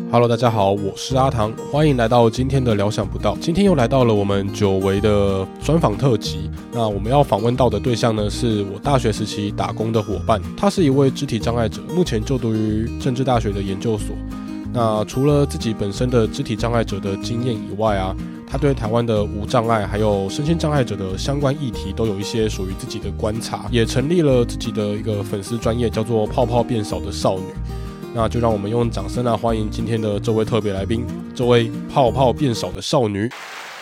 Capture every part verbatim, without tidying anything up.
Hello， 大家好，我是阿唐，欢迎来到今天的聊想不到。今天又来到了我们久违的专访特辑。那我们要访问到的对象呢，是我大学时期打工的伙伴，他是一位肢体障碍者，目前就读于政治大学的研究所。那除了自己本身的肢体障碍者的经验以外啊，他对台湾的无障碍还有身心障碍者的相关议题都有一些属于自己的观察，也成立了自己的一个粉丝专页，叫做泡泡变少的少女。那就让我们用掌声来欢迎今天的这位特别来宾，这位泡泡变少的少女。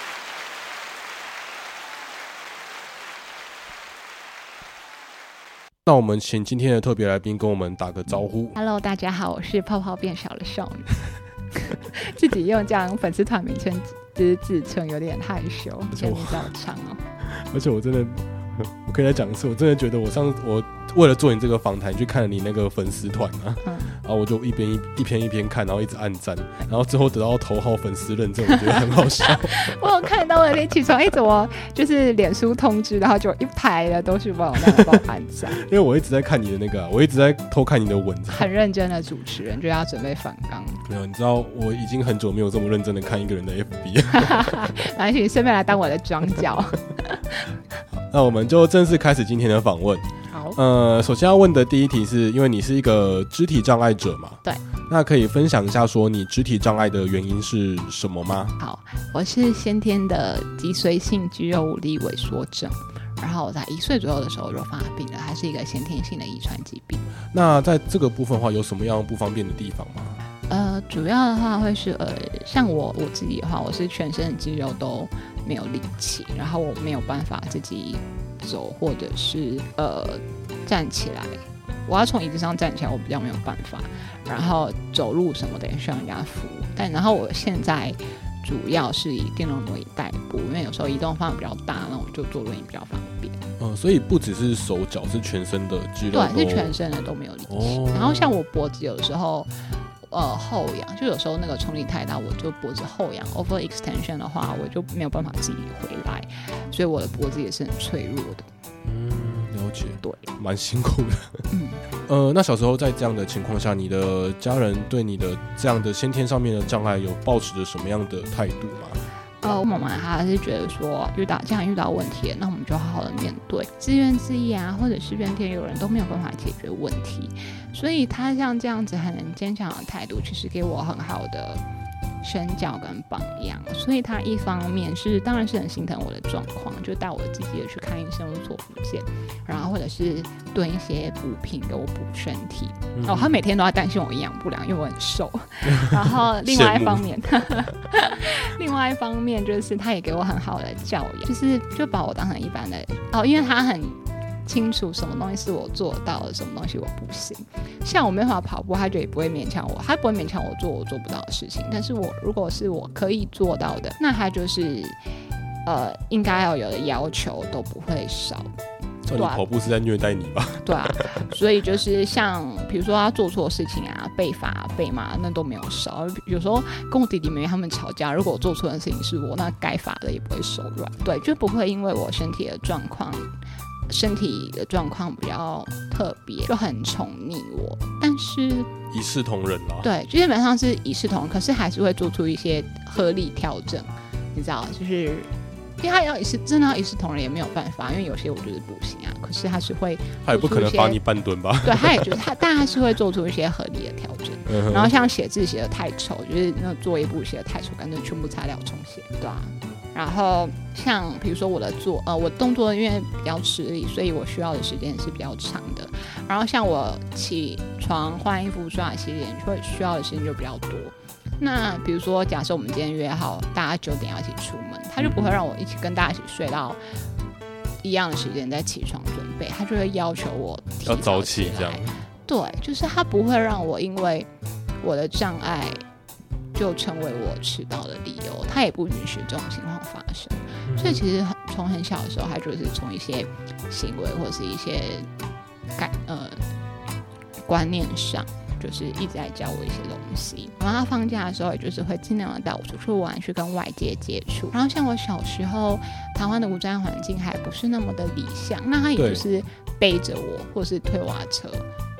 那我们请今天的特别来宾跟我们打个招呼。 Hello， 大家好，我是泡泡变少的少女。自己用这样粉丝团名称就是自称，有点害羞，名字好长哦。 而且我真的，我可以再讲一次，我真的觉得我上次我为了做你这个访谈，去看了你那个粉丝团啊、嗯，然后我就一边 一, 一篇一篇看，然后一直按赞，然后最后得到头号粉丝认证，我觉得很好笑。 我有看到我连起床一怎么就是脸书通知，然后就一排的都是帮我那个帮我按赞。 因为我一直在看你的那个、啊，我一直在偷看你的文章。 很认真的主持人就要准备反纲。 没有，你知道我已经很久没有这么认真的看一个人的 F B。 没关系，顺便来当我的庄脚。 那我们就正式开始今天的访问。 好， 呃，首先要问的第一题是，因为你是一个肢体障碍者嘛， 对， 那可以分享一下说你肢体障碍的原因是什么吗？ 好，我是先天的脊髓性肌肉无力萎缩症，然后我在一岁左右的时候就发病了，它是一个先天性的遗传疾病。 那在这个部分的话，有什么样不方便的地方吗？ 呃，主要的话会是呃，像我我自己的话，我是全身的肌肉都没有力气，然后我没有办法自己走，或者是呃站起来。我要从椅子上站起来，我比较没有办法。然后走路什么的也需要人家扶。但然后我现在主要是以电动轮椅代步，因为有时候移动方向比较大，那我就坐轮椅比较方便。 嗯，所以不只是手脚，是全身的肌肉都。 对，是全身的都没有力气。哦、然后像我脖子有的时候。呃，后仰就有时候那个冲力太大，我就脖子后仰 over extension 的话，我就没有办法自己回来，所以我的脖子也是很脆弱的。 嗯，了解， 对，蛮辛苦的。嗯，呃，那小时候在这样的情况下，你的家人对你的这样的先天上面的障碍有抱持着什么样的态度吗？ 呃，我妈妈她是觉得说，遇到这样遇到问题，那我们就好好的面对，自怨自艾啊，或者是怨天尤人都没有办法解决问题，所以她像这样子很坚强的态度，其实给我很好的身教跟榜样。所以她一方面是当然是很心疼我的状况，就带我积极的去看医生做复健，然后或者是炖一些补品给我补身体。嗯、哦，她每天都要担心我营养不良，因为我很瘦。然后另外一方面，另外一方面就是她也给我很好的教养，就是就把我当成一般的哦，因为她很清楚什么东西是我做得到的，什么东西我不行。像我没办法跑步，他就也不会勉强我，他不会勉强我做我做不到的事情。但是我如果是我可以做到的，那他就是呃应该要有的要求都不会少。 叫你跑步是在虐待你吧？ 对啊，所以就是像比如说他做错事情啊，被罚被骂那都没有少。有时候跟我弟弟妹妹他们吵架，如果我做错的事情是我，那该罚的也不会手软。对，就不会因为我身体的状况。身体的状况比较特别，就很宠溺我，但是一视同仁啦。 对，基本上是一视同仁，可是还是会做出一些合理调整，你知道，就是因为他要一视，真的要一视同仁也没有办法，因为有些我就是不行啊。可是他是会， 他也不可能罚你半吨吧？ 对，他也就是他，但他是会做出一些合理的调整。嗯、然后像写字写的太丑，就是那作业簿写的太丑，干脆全部擦掉重写，对啊。然后像比如说我的做呃我动作因为比较吃力，所以我需要的时间是比较长的。然后像我起床换衣服刷牙洗脸，会需要的时间就比较多。那比如说假设我们今天约好大家九点要一起出门，他就不会让我一起跟大家一起睡到一样的时间再起床准备，他就会要求我提早要早起这样。 对，就是他不会让我因为我的障碍就成为我迟到的理由，他也不允许这种情况发生。所以其实从很小的时候，他就是从一些行为或者是一些感呃观念上，就是一直在教我一些东西。然后他放假的时候，也就是会尽量的带我出去玩，去跟外界接触。然后像我小时候，台湾的无障碍环境还不是那么的理想，那他也就是背着我，或是推娃车。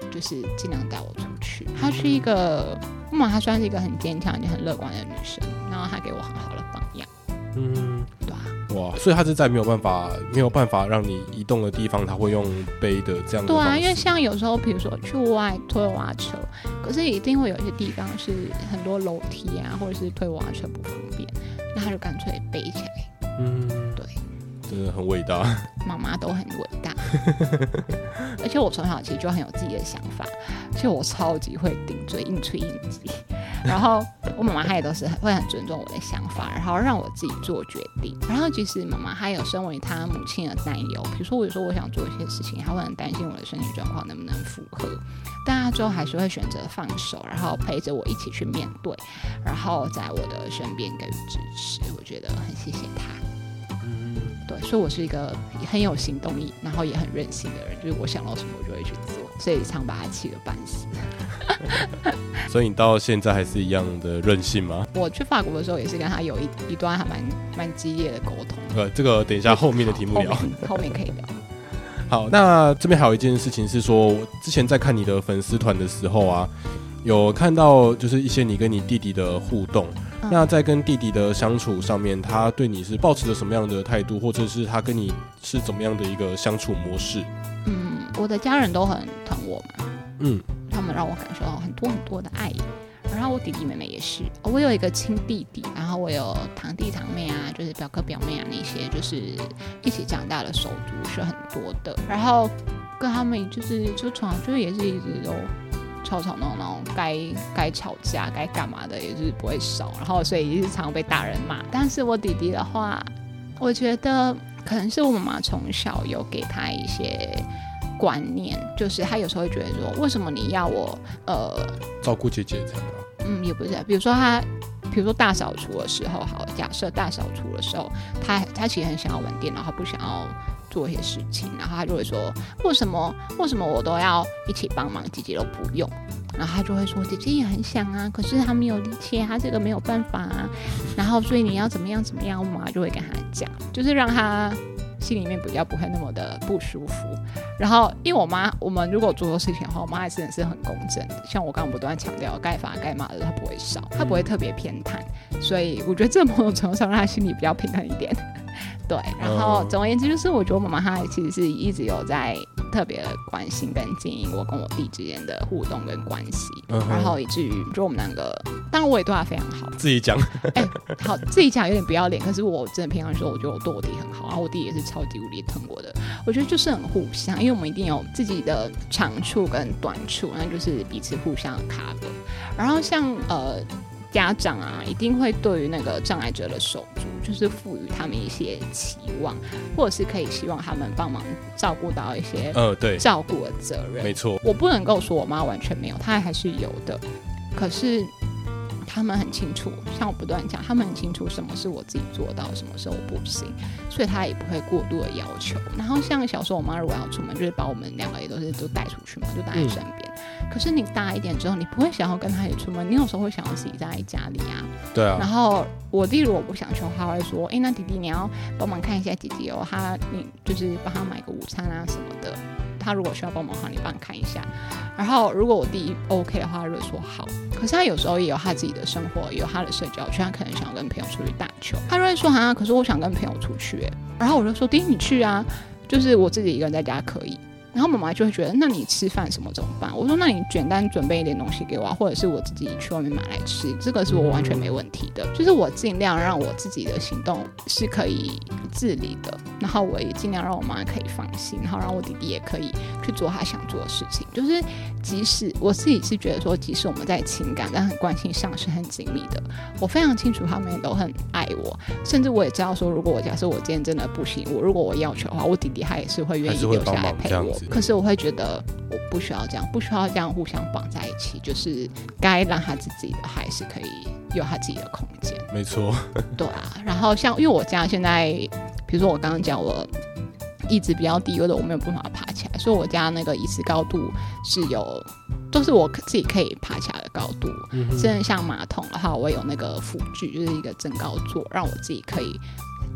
就是尽量带我出去。她是一个，妈妈她算是一个很坚强也很乐观的女生，然后她给我很好的榜样。嗯，对啊。 哇，所以他是在没有办法没有办法让你移动的地方，他会用背的这样的方式。对啊，因为像有时候，比如说去户外推娃车，可是一定会有一些地方是很多楼梯啊，或者是推娃车不方便，那他就干脆背起来。嗯，对， 真的很伟大。 妈妈都很伟大，而且我从小其实就很有自己的想法，而且我超级会顶嘴、硬吹硬挤。然后我妈妈她也都是会很尊重我的想法，然后让我自己做决定。然后其实妈妈她有身为她母亲的担忧，比如说我有时候我想做一些事情，她会很担心我的身体状况能不能符合，但她最后还是会选择放手，然后陪着我一起去面对，然后在我的身边给予支持。我觉得很谢谢她。对，所以我是一个很有行动力，然后也很任性的人，就是我想到什么我就会去做，所以常把他气得半死。 所以你到现在还是一样的任性吗？ 我去法国的时候也是跟他有 一, 一段还蛮蛮激烈的沟通。 呃，这个等一下后面的题目聊， 后 面, 后面可以聊。 好，那这边还有一件事情是说，我之前在看你的粉丝团的时候啊，有看到就是一些你跟你弟弟的互动。嗯、那在跟弟弟的相处上面，他对你是抱持着什么样的态度，或者是他跟你是怎么样的一个相处模式？ 嗯，我的家人都很疼我嘛， 嗯， 他们让我感受到很多很多的爱。然后我弟弟妹妹也是，我有一个亲弟弟，然后我有堂弟堂妹啊，就是表哥表妹啊，那些就是一起长大的手足是很多的。然后跟他们就是就从就是也是一直都吵吵闹闹，该该吵架该干嘛的也是不会少，然后所以一直常被大人骂。但是我弟弟的话，我觉得可能是我妈妈从小有给他一些观念，就是他有时候会觉得说，为什么你要我呃照顾姐姐这样吗？ 嗯，也不是，比如说他，比如说大扫除的时候，好，假设大扫除的时候，他他其实很想要玩电脑，他不想要做一些事情，然后他就会说，为什么为什么我都要一起帮忙，姐姐都不用？然后他就会说，姐姐也很想啊，可是他没有力气，他这个没有办法啊，然后所以你要怎么样怎么样，我妈妈就会跟他讲，就是让他心里面比较不会那么的不舒服。然后因为我妈，我们如果做错事情的话，我妈还真的是很公正的，像我刚刚不断强调，该罚该骂的她不会少，她不会特别偏袒，所以我觉得这某种程度上让她心里比较平衡一点。对，然后总而言之就是我觉得我妈妈她其实是一直有在特别的关心跟经营我跟我弟之间的互动跟关系、嗯、然后以至于就我们两个，当然我也对她非常好， 自己讲哎、欸，好，自己讲有点不要脸，可是我真的平常说我觉得我对我弟很好，然后我弟也是超级无敌疼我的，我觉得就是很互相，因为我们一定有自己的长处跟短处，那就是彼此互相的 cover。 然后像呃家长啊，一定会对于那个障碍者的手足，就是赋予他们一些期望，或者是可以希望他们帮忙照顾到一些呃对照顾的责任。 没错， 我不能够说我妈完全没有，她还是有的，可是他们很清楚，像我不断讲，他们很清楚什么是我自己做到，什么是我不行，所以他也不会过度的要求。然后像小时候我妈如果要出门，就是把我们两个也都是都带出去嘛，就带在身边、嗯、可是你大一点之后，你不会想要跟他一起出门，你有时候会想要自己在家里啊。 对啊。 然后我弟如果不想去，他会说，哎、欸，那弟弟你要帮忙看一下姐姐哦，他你就是帮他买个午餐啊什么的，他如果需要帮忙的话，你帮他看一下。然后如果我弟 OK 的话，他就会说好。可是他有时候也有他自己的生活，也有他的社交圈，他可能想要跟朋友出去打球，他就会说啊，可是我想跟朋友出去耶。然后我就说弟你去啊，就是我自己一个人在家可以。然后妈妈就会觉得，那你吃饭什么怎么办？我说那你简单准备一点东西给我、啊，或者是我自己去外面买来吃，这个是我完全没问题的。就是我尽量让我自己的行动是可以自理的，然后我也尽量让我妈可以放心，然后让我弟弟也可以去做他想做的事情。就是即使我自己是觉得说，即使我们在情感但很关系上是很紧密的，我非常清楚他们也都很爱我，甚至我也知道说，如果我假设我今天真的不行，我如果我要求的话，我弟弟他也是会愿意留下来陪我。可是我会觉得我不需要这样，不需要这样互相绑在一起，就是该让他自己的还是可以有他自己的空间。 没错。 对啊，然后像因为我家现在，比如说我刚刚讲我椅子比较低，或者我没有办法爬起来，所以我家那个椅子高度是有都是我自己可以爬起来的高度。甚至、嗯、像马桶的话，我有那个辅具，就是一个增高座，让我自己可以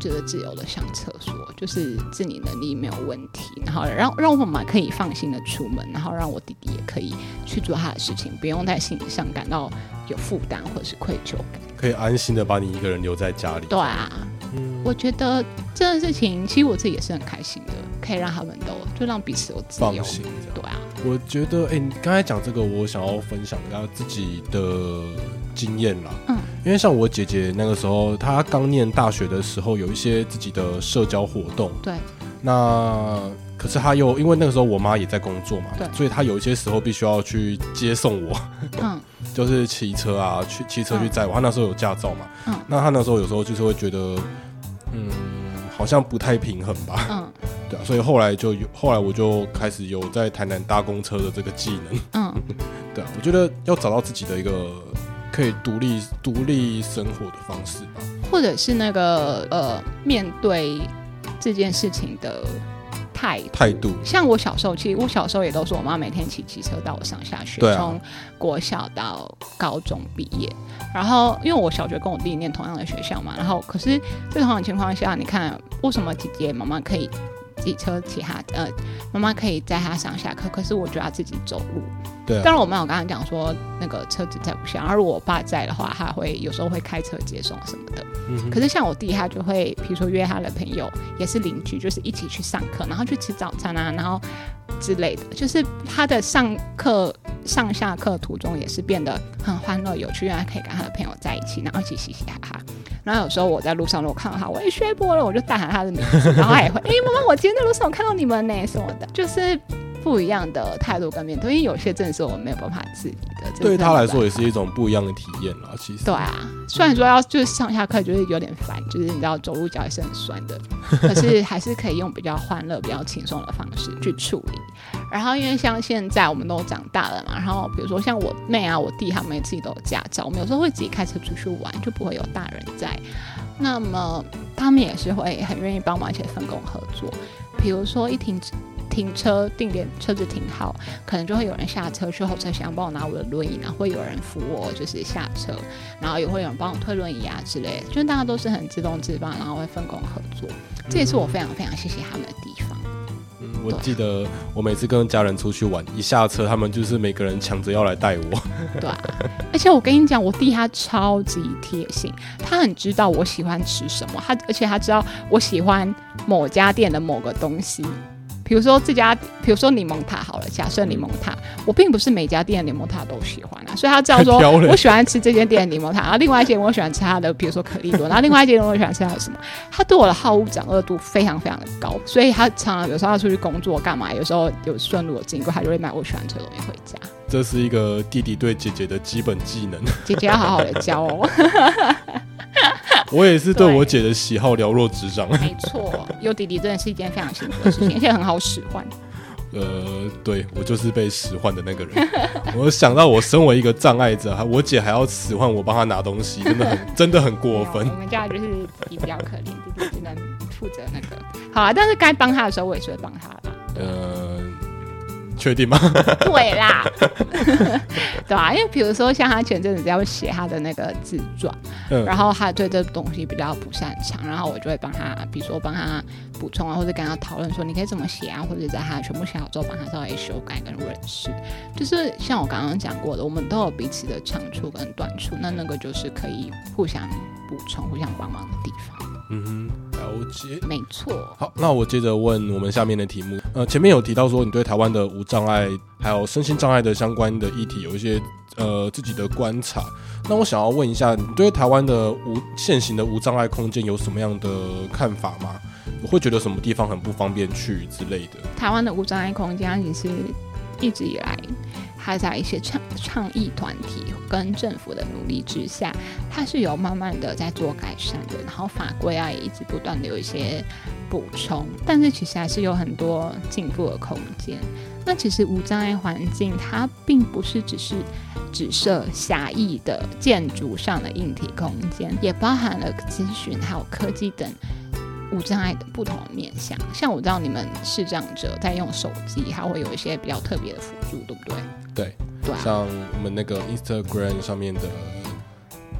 就是自由的上厕所，就是自理能力没有问题，然后让让我妈妈可以放心的出门，然后让我弟弟也可以去做他的事情，不用在心理上感到有负担或者是愧疚感， 可以安心的把你一个人留在家里。 对啊，嗯，我觉得这件事情其实我自己也是很开心的，可以让他们都就让彼此都自由， 放心。 对啊， 我觉得，哎、欸，你刚才讲这个，我想要分享一下自己的经验啦。嗯，因为像我姐姐那个时候，她刚念大学的时候，有一些自己的社交活动。 对。 那可是她又因为那个时候我妈也在工作嘛， 对， 所以她有一些时候必须要去接送我。嗯。就是骑车啊，去骑车去载我。她那时候有驾照嘛。嗯。那她那时候有时候就是会觉得，嗯，好像不太平衡吧。嗯。对啊，所以后来就有，后来我就开始有在台南搭公车的这个技能。嗯。对啊，我觉得要找到自己的一个可以独立独立生活的方式吧， 或者是那个呃面对这件事情的态度。 态度。 像我小时候，其实我小时候也都是我妈每天骑机车带我上下学，从、啊、国小到高中毕业。然后因为我小学跟我弟念同样的学校嘛，然后可是在同样的情况下，你看为什么姐姐妈妈可以骑车骑她呃，妈妈可以载她上下课，可是我就要自己走路。 对、啊， 当然我妈有刚刚讲说那个车子载不下，然后如果我爸在的话，他会有时候会开车接送什么的。嗯、可是像我弟，他就会比如说约他的朋友，也是邻居，就是一起去上课，然后去吃早餐啊，然后之类的，就是他的上课上下课途中也是变得很欢乐有趣，因为他可以跟他的朋友在一起，然后一起嘻嘻哈哈。然后有时候我在路上如果看到他，我也学波了，我就大喊他的名字，然后他也会哎妈妈，我今天在路上有看到你们呢什么的，就是不一样的态度跟面对，因为有些真的是我们没有办法自理的， 对他来说也是一种不一样的体验啦。其实对啊，虽然说要就是上下课就是有点烦，就是你知道走路脚也是很酸的，可是还是可以用比较欢乐、比较轻松的方式去处理。然后因为像现在我们都长大了嘛，然后比如说像我妹啊、我弟他们自己都有驾照，我们有时候会自己开车出去玩，就不会有大人在。那么他们也是会很愿意帮忙一些分工合作，比如说一停停车定点车子停好，可能就会有人下车去后车厢帮我拿我的轮椅，然后会有人扶我就是下车，然后也会有人帮我推轮椅啊之类的，就是大家都是很自动自发，然后会分工合作，这也是我非常非常谢谢他们的地方。 嗯，我记得我每次跟家人出去玩，一下车他们就是每个人抢着要来带我。 对啊，而且我跟你讲，我弟他超级贴心，他很知道我喜欢吃什么，他而且他知道我喜欢某家店的某个东西。比如说这家，比如说柠檬塔好了，假设柠檬塔，我并不是每家店的柠檬塔都喜欢啊，所以他知道说我喜欢吃这间店的柠檬塔，然后另外一间我喜欢吃他的，比如说可丽伦，然后另外一间我喜欢吃他的什么，他对我的好恶掌握度非常非常的高，所以他常常有时候要出去工作干嘛，有时候有顺路有经过，他就会买我喜欢吃的东西回家。 这是一个弟弟对姐姐的基本技能， 姐姐要好好的教哦。 我也是对我姐的喜好了若指掌。 没错，有弟弟真的是一件非常幸福的事情，而且很好使唤。 呃，对，我就是被使唤的那个人。我想到我身为一个障碍者，我姐还要使唤我帮她拿东西，真的很真的很过分。 我们家就是弟弟比较可怜，弟弟只能负责那个。好啊，但是该帮他的时候，我也是会帮他啦。 呃。确定吗？ 对啦，对吧、啊？因为比如说像他前阵子要写他的那个自传、嗯，然后他对这东西比较不擅长，然后我就会帮他，比如说帮他补充啊，或者跟他讨论说你可以怎么写啊，或者在他全部写好之后帮他稍微修改跟润饰。就是像我刚刚讲过的，我们都有彼此的长处跟短处，那那个就是可以互相补充、互相帮忙的地方。 嗯哼，了解， 没错。 好，那我接着问我们下面的题目。呃，前面有提到说你对台湾的无障碍还有身心障碍的相关的议题有一些呃自己的观察。那我想要问一下，你对台湾的无现行的无障碍空间有什么样的看法吗？我会觉得什么地方很不方便去之类的？ 台湾的无障碍空间其实一直以来还在一些倡倡议团体跟政府的努力之下，它是有慢慢的在做改善的，然后法规啊也一直不断的有一些补充，但是其实还是有很多进步的空间。那其实无障碍环境它并不是只是只设狭义的建筑上的硬体空间，也包含了资讯还有科技等无障碍的不同的面向。像我知道你们视障者在用手机还会有一些比较特别的辅助，对不对？ 对， 对、啊， 像我们那个 Instagram 上面的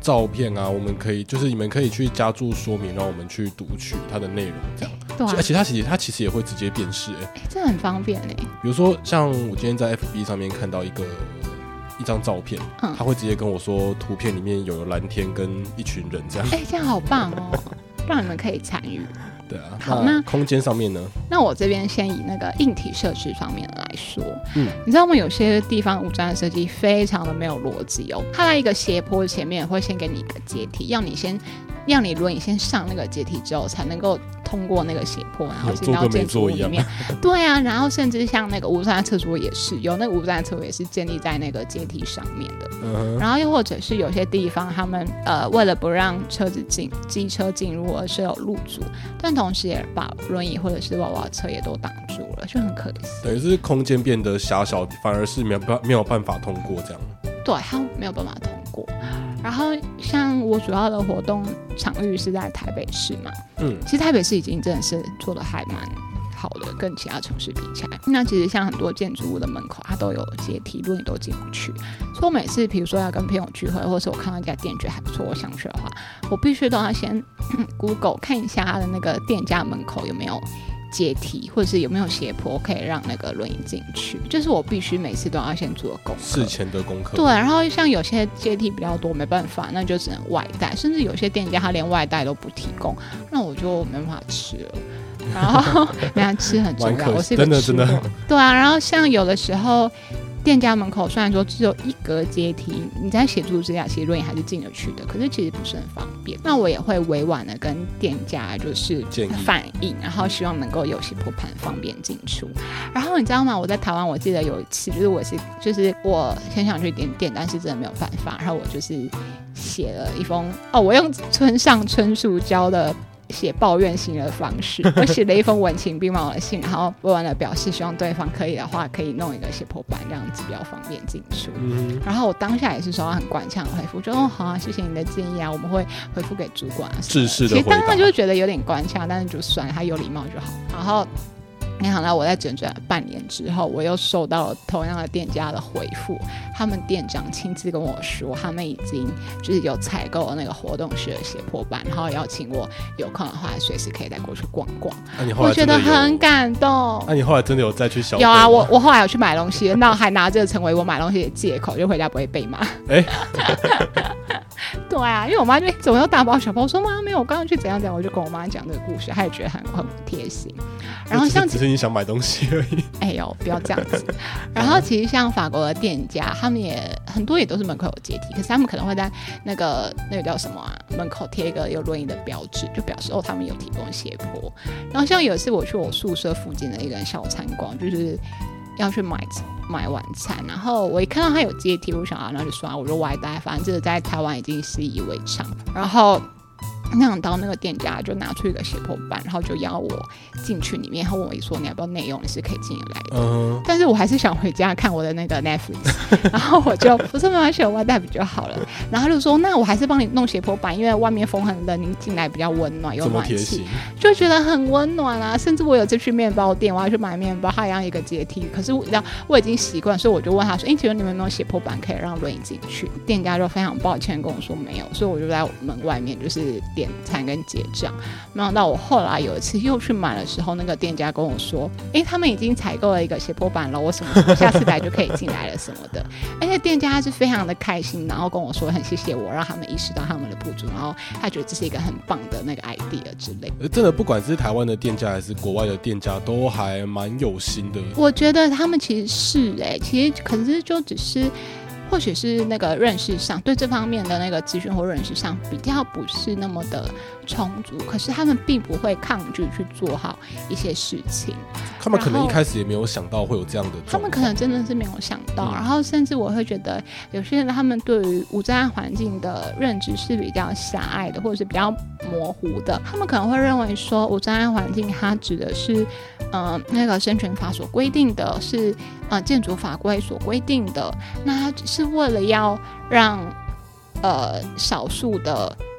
照片啊，我们可以就是你们可以去加注说明，让我们去读取它的内容，这样。 对啊， 而且它其实它其实也会直接辨识，哎、 欸，这很方便哎。 比如说像我今天在 F B 上面看到一个一张照片，嗯，他会直接跟我说图片里面有蓝天跟一群人这样。 哎、欸，这样好棒哦，让你们可以参与。 对啊， 好，那空间上面呢？ 那我这边先以那个硬体设置方面来说，嗯，你知道吗？有些地方无障碍设计非常的没有逻辑哦。它在一个斜坡前面会先给你一个阶梯，要你先让你轮椅先上那个阶梯之后，才能够通过那个斜坡，然后进到建筑物里面。对啊，然后甚至像那个无障碍厕所也是有那个无障碍厕所也是建立在那个阶梯上面的。嗯、然后又或者是有些地方他们呃为了不让车子进机车进入而设有路阻，但同时也把轮椅或者是娃娃车也都挡住了，就很可惜。 等于是空间变得狭小，反而是没有没有办法通过这样。 对，它没有办法通过。然后像我主要的活动场域是在台北市嘛，嗯，其实台北市已经真的是做的还蛮好的，跟其他城市比起来。那其实像很多建筑物的门口，它都有阶梯，如果你都进不去。所以我每次比如说要跟朋友聚会，或者是我看到一家店觉得还不错，我想去的话，我必须都要先 Google 看一下它的那个店家门口有没有阶梯，或者是有没有斜坡可以让那个轮椅进去，就是我必须每次都要先做功课， 事前的功课。 对，然后像有些阶梯比较多，没办法，那就只能外带，甚至有些店家他连外带都不提供，那我就没办法吃了。然后没办法吃很重要，我是一个吃货。真的真的。对啊，然后像有的时候店家门口虽然说只有一格阶梯，你在协助之下其实轮椅还是进得去的，可是其实不是很方便。那我也会委婉的跟店家就是反映，然后希望能够有斜坡盘方便进出。然后你知道吗，我在台湾我记得有一次就是我是就是我很想去点店，但是真的没有办法，然后我就是写了一封哦，我用村上春树教的写抱怨型的方式，我写了一封文情并茂的信，然后委婉的表示希望对方可以的话可以弄一个斜坡板，这样子比较方便进出、嗯、然后我当下也是收到很官腔的回复，就哦好啊，谢谢你的建议啊，我们会回复给主管啊， 制式的回答。 其实当然就觉得有点官腔，但是就算了，他有礼貌就好。然后没想到我在整整半年之后，我又收到了同样的店家的回复，他们店长亲自跟我说，他们已经就是有采购了那个活动式的斜坡板，然后邀请我有空的话随时可以再过去逛逛。 啊、你后来我觉得很感动。 那、啊、你后来真的有再去消费？ 有啊，我我后来有去买东西，那还拿这成为我买东西的借口，就回家不会被骂。哎、欸，对啊，因为我妈就怎么又大包小包，我说妈没有，我刚刚去怎样怎样，我就跟我妈讲这个故事，她也觉得很很贴心。然后像只是你想买东西而已。 哎呦，不要这样子。然后其实像法国的店家，他们也很多也都是门口有阶梯，可是他们可能会在那个那个叫什么啊，门口贴一个有轮椅的标志，就表示哦他们有提供斜坡。然后像有一次我去我宿舍附近的一个小餐馆，就是要去买买晚餐，然后我一看到他有阶梯，我想啊，那就算了，我就外带，反正这个在台湾已经习以为常。然后没想到那个店家就拿出一个斜坡板，然后就邀我进去里面，他问我说你要不要内用，你是可以进来的、uh-huh. 但是我还是想回家看我的那个 Netflix 然后我就不是没关系，我外带比较好了。然后他就说那我还是帮你弄斜坡板，因为外面风很冷，你进来比较温暖，有暖气，就觉得很温暖啊。甚至我有次去面包店，我要去买面包，他一样一个阶梯，可是我我已经习惯，所以我就问他说哎，请问你们有没有斜坡板可以让轮椅进去？店家就非常抱歉跟我说没有，所以我就在门外面就是点餐跟结账。没想到我后来有一次又去买的时候，那个店家跟我说哎，他们已经采购了一个斜坡板了，我什么下次来就可以进来了什么的。而且店家他是非常的开心，然后跟我说很谢谢我让他们意识到他们的不足，然后他觉得这是一个很棒的那个 idea 之类的。 真的不管是台湾的店家还是国外的店家都还蛮有心的。 我觉得他们其实是哎、欸，其实可是就只是或许是那个认识上，对这方面的那个资讯或认识上比较不是那么的充足，可是他们并不会抗拒去做好一些事情。 他们可能一开始也没有想到会有这样的状况， 他们可能真的是没有想到、嗯、然后甚至我会觉得有些人他们对于无障碍环境的认知是比较狭隘的，或者是比较模糊的。他们可能会认为说无障碍环境它指的是呃那个生权法所规定的，是呃建筑法规所规定的，那它只是为了要让呃少数的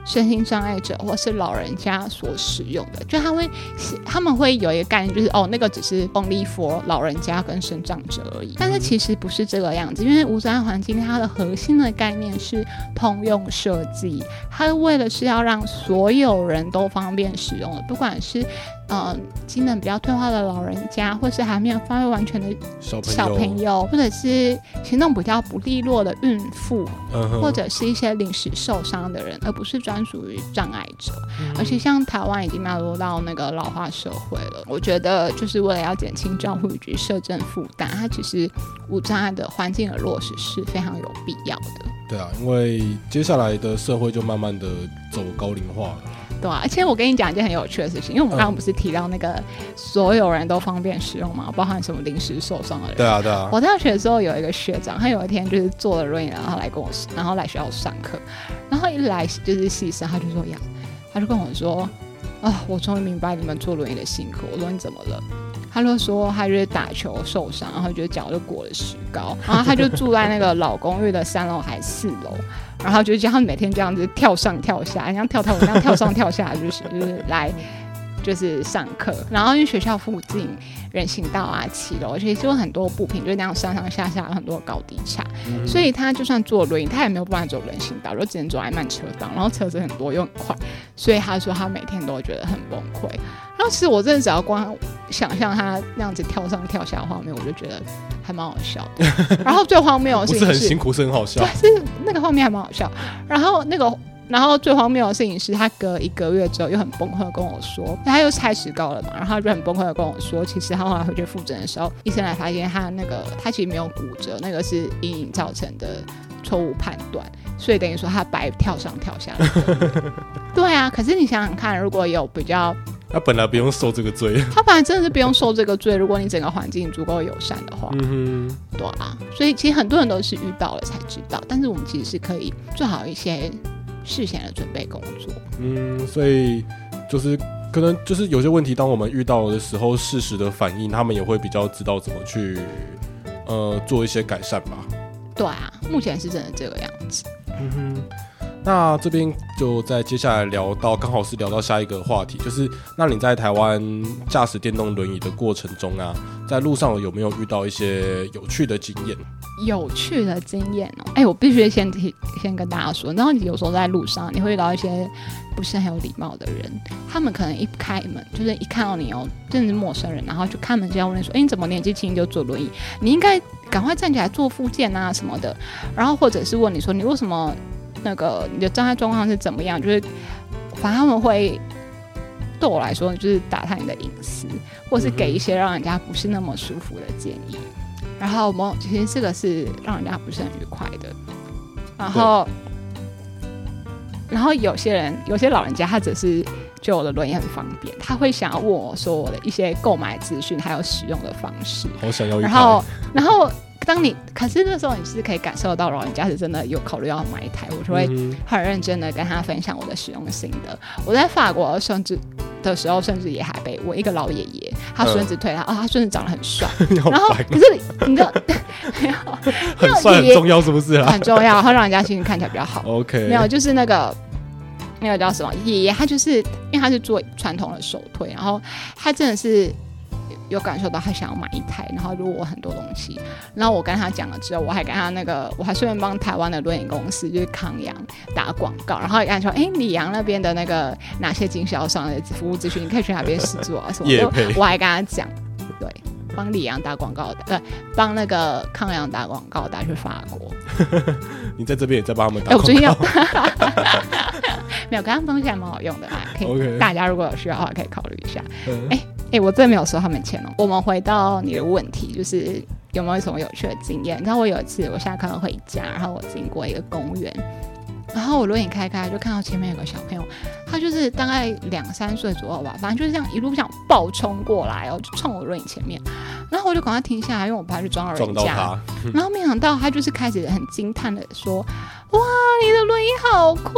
身心障碍者或是老人家所使用的，就他会他们会有一个概念，就是哦，那个只是 only for 老人家跟身障者而已。但是其实不是这个样子，因为无障碍环境它的核心的概念是通用设计，它为了是要让所有人都方便使用的，不管是呃，机能比较退化的老人家，或是还没有发育完全的小朋友，小朋友或者是行动比较不利落的孕妇、嗯、或者是一些临时受伤的人，而不是专属于障碍者、嗯、而且像台湾已经迈入到那个老化社会了，我觉得就是为了要减轻照护以及社政负担，它其实无障碍的环境的落实是非常有必要的。 对啊，因为接下来的社会就慢慢的走高龄化了。 对啊，而且我跟你讲一件很有趣的事情，因为我们刚刚不是提到那个所有人都方便使用嘛，包含什么临时受伤的人。 对啊，对啊。 我大学的时候有一个学长，他有一天就是坐了轮椅，然后来跟我，然后来学校上课，然后一来就是系上，他就说呀，他就跟我说，啊、哦，我终于明白你们坐轮椅的辛苦。我说你怎么了？他就说他就是打球受伤，然后觉得脚就裹了石膏，然后他就住在那个老公寓的三楼还四楼，然后就这样每天这样子跳上跳下，像跳跳舞那样跳上跳下，就是就是来就是上课。然后因为学校附近人行道啊、骑楼，而且就有很多步频，就那样上上下下有很多高低差、嗯，所以他就算坐轮椅，他也没有办法走人行道，就只能走在慢车道，然后车子很多又很快，所以他说他每天都会觉得很崩溃。然后其实我真的只要光想象他那样子跳上跳下的画面，我就觉得还蛮好笑的。然后最荒谬的事情是， 不是很辛苦，是很好笑。 对，是那个画面还蛮好笑。然后那个，然后最荒谬的事情是他隔一个月之后又很崩溃的跟我说，他又开石膏了嘛，然后他就很崩溃的跟我说，其实他后来回去复诊的时候，医生来发现他那个他其实没有骨折，那个是阴影造成的错误判断。所以等于说他白跳上跳下来。对啊，可是你想想看，如果有比较， 他本来不用受这个罪， 他本来真的是不用受这个罪，如果你整个环境足够友善的话。嗯哼，对啊，所以其实很多人都是遇到了才知道，但是我们其实是可以做好一些事前的准备工作。 嗯，所以就是可能就是有些问题，当我们遇到的时候，适时的反应，他们也会比较知道怎么去呃做一些改善吧。 对啊，目前是真的这个样子。 嗯哼，那这边就在接下来聊到，刚好是聊到下一个话题，就是那你在台湾驾驶电动轮椅的过程中啊，在路上有没有遇到一些有趣的经验？ 有趣的经验哦，哎，我必须先提先跟大家说，然后你有时候在路上你会遇到一些不是很有礼貌的人，他们可能一开门就是一看到你哦，真的是陌生人，然后就开门就要问说，哎，你怎么年纪轻就坐轮椅？你应该赶快站起来做复健啊什么的，然后或者是问你说你为什么那个你的障碍状况是怎么样，就是反正他们会对我来说就是打探你的隐私，或是给一些让人家不是那么舒服的建议，然后我其实这个是让人家不是很愉快的。然后然后有些人有些老人家他只是觉得我的轮椅很方便，他会想要问我说我的一些购买资讯还有使用的方式， 好想要一台。 然后然后当你可是那时候你是可以感受到老人家是真的有考虑要买一台，我就会很认真的跟他分享我的使用心得。我在法国甚至的时候，甚至也还被我一个老爷爷，他孙子推他，嗯、哦，他孙子长得很帅，然后可是你知道， 很帅很重要是不是啊？ 很重要，然后让人家心情看起来比较好。 OK， 没有，就是那个那个叫什么爷爷，他就是因为他是做传统的手推，然后他真的是有感受到他想要买一台，然后如我很多东西，然后我跟他讲了之后，我还跟他那个，我还顺便帮台湾的轮椅公司就是康阳打广告，然后也跟他说，哎，里昂那边的那个哪些经销商的服务资讯，你可以去哪边试做啊什么的，我还跟他讲，对，帮里昂打广告的，对，帮那个康阳打广告打去法国。 你在这边也在帮他们打广告？ 我最近要没有，跟他们东西还蛮好用的啦，可以 okay. 大家如果有需要的话可以考虑一下。哎、嗯。哎、欸，我真的没有收他们钱哦。我们回到你的问题，就是有没有什么有趣的经验？你知道我有一次我下课回家，然后我经过一个公园，然后我轮椅开开就看到前面有个小朋友，他就是大概两三岁左右吧，反正就是这样一路这样暴冲过来哦，就冲我轮椅前面，然后我就赶快停下来，因为我怕去撞到人家。然后没想到他就是开始很惊叹的说：“哇，你的轮椅好酷哦！”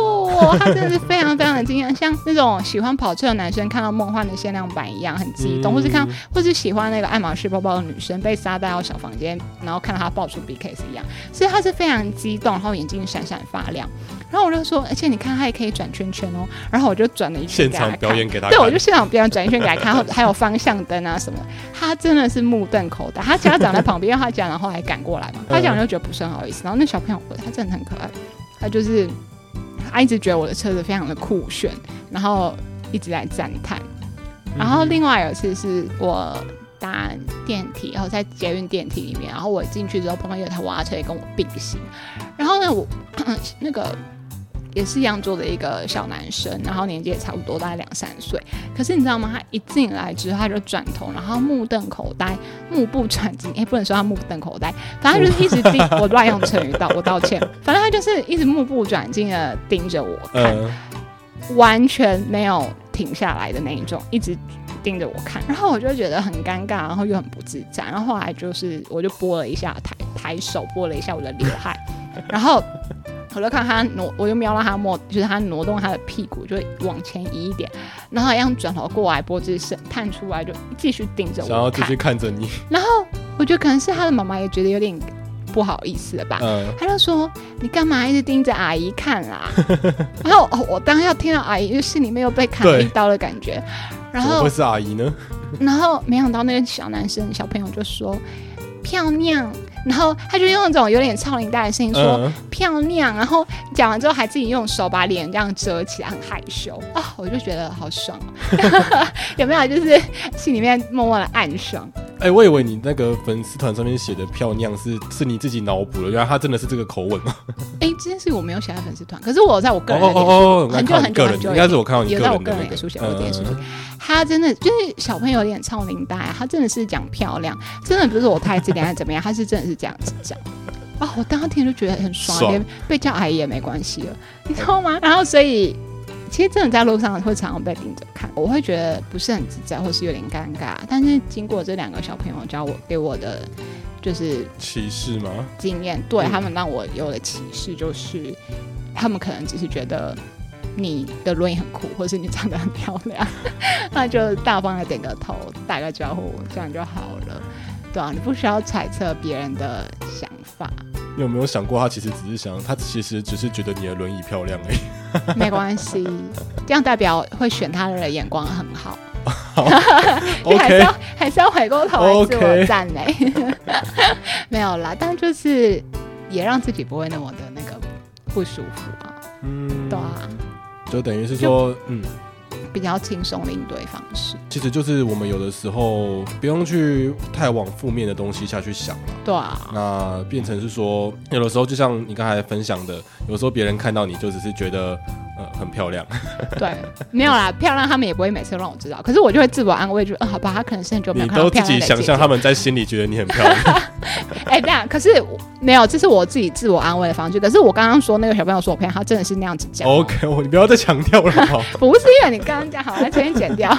说，他真的是非常非常的惊讶，像那种喜欢跑车的男生看到梦幻的限量版一样很激动，嗯、或是看，或是喜欢那个爱马仕包包的女生被撒带到小房间，然后看到他爆出 B K S 一样，所以他是非常激动，然后眼睛闪闪发亮。然后我就说，而且你看他也可以转圈圈哦，然后我就转了一圈给他看， 现场表演给他看， 对，我就现场表演转一圈给他看，还有方向灯啊什么，他真的是目瞪口呆。他家长在旁边，因为他家长后来赶过来嘛，他家长就觉得不是很好意思，然后那小朋友他真的很可爱，他就是他一直觉得我的车子非常的酷炫，然后一直在赞叹。然后另外有一次是我搭电梯，然后在捷运电梯里面，然后我进去之后碰到有一台娃娃车也跟我并行，然后呢我那个也是一样坐的一个小男生，然后年纪也差不多，大概两三岁。可是你知道吗？他一进来之后，他就转头，然后目瞪口呆，目不转睛。哎，不能说他目瞪口呆，反正他就是一直盯。我乱用成语道，我道歉。反正他就是一直目不转睛的盯着我看，呃、完全没有停下来的那一种，一直盯着我看。然后我就觉得很尴尬，然后又很不自在。然后后来就是我就拨了一下抬抬手，拨了一下我的刘海，然后。我就看他挪，我就瞄到他摸，就是他挪动他的屁股，就往前移一点，然后一样转头过来，脖子探出来，就继续盯着我看， 想要继续看着你。 然后我觉得可能是他的妈妈也觉得有点不好意思了吧，嗯、他就说：“你干嘛一直盯着阿姨看啦？”然后、哦、我当下听到阿姨，就心里面又被砍了一刀的感觉。然后怎么会是阿姨呢？ 然后没想到那个小男生小朋友就说：“漂亮。”然后他就用那种有点超龄带的声音说、嗯、漂亮，然后讲完之后还自己用手把脸这样遮起来，很害羞啊、哦！我就觉得好爽，有没有？就是心里面默默的暗爽。 哎、欸，我以为你那个粉丝团上面写的漂亮是是你自己脑补的，原来他真的是这个口吻吗？ 哎、欸，这件事我没有写在粉丝团，可是我在我个人的脸书、 哦哦、 很久很久很久， 应该是我看到你个人的、那個、 有在我个人脸书写过这件事情。嗯、他真的就是小朋友有点超龄带、啊，他真的是讲漂亮，真的不是我太自恋怎么样，他是真的是这样子讲。啊、哦，我当天就觉得很爽，爽连被叫阿姨也没关系了，你知道吗？然后所以其实真的在路上会常常被盯着看，我会觉得不是很自在，或是有点尴尬。但是经过这两个小朋友教我给我的就是启示吗？ 经验，对、嗯、他们让我有了启示，就是他们可能只是觉得你的轮椅很酷，或是你长得很漂亮，那就大方的点个头，打个招呼，这样就好了。对啊，你不需要揣测别人的想法。 你有没有想过，他其实只是想，他其实只是觉得你的轮椅漂亮而已。 没关系，这样代表会选他的人眼光很好。 好你还是要、okay. 还是要回过头来自我赞美。Okay. 没有啦，但就是也让自己不会那么的那个不舒服啊。嗯，对啊， 就等于是说，嗯。 比较轻松的应对方式， 其实就是我们有的时候不用去太往负面的东西下去想了。 对啊， 那变成是说，有的时候就像你刚才分享的，有时候别人看到你就只是觉得呃很漂亮。 对，没有啦，漂亮他们也不会每次让我知道，可是我就会自我安慰，就、呃、好吧，他可能是很久没有看到漂亮的姐姐。 你都自己想象他们在心里觉得你很漂亮。 哎、欸，这样，可是没有，这是我自己自我安慰的方式。可是我刚刚说那个小朋友说我漂亮，他真的是那样子讲。 OK， 你不要再强调了好。 不是因为你刚刚讲好，来前面剪掉。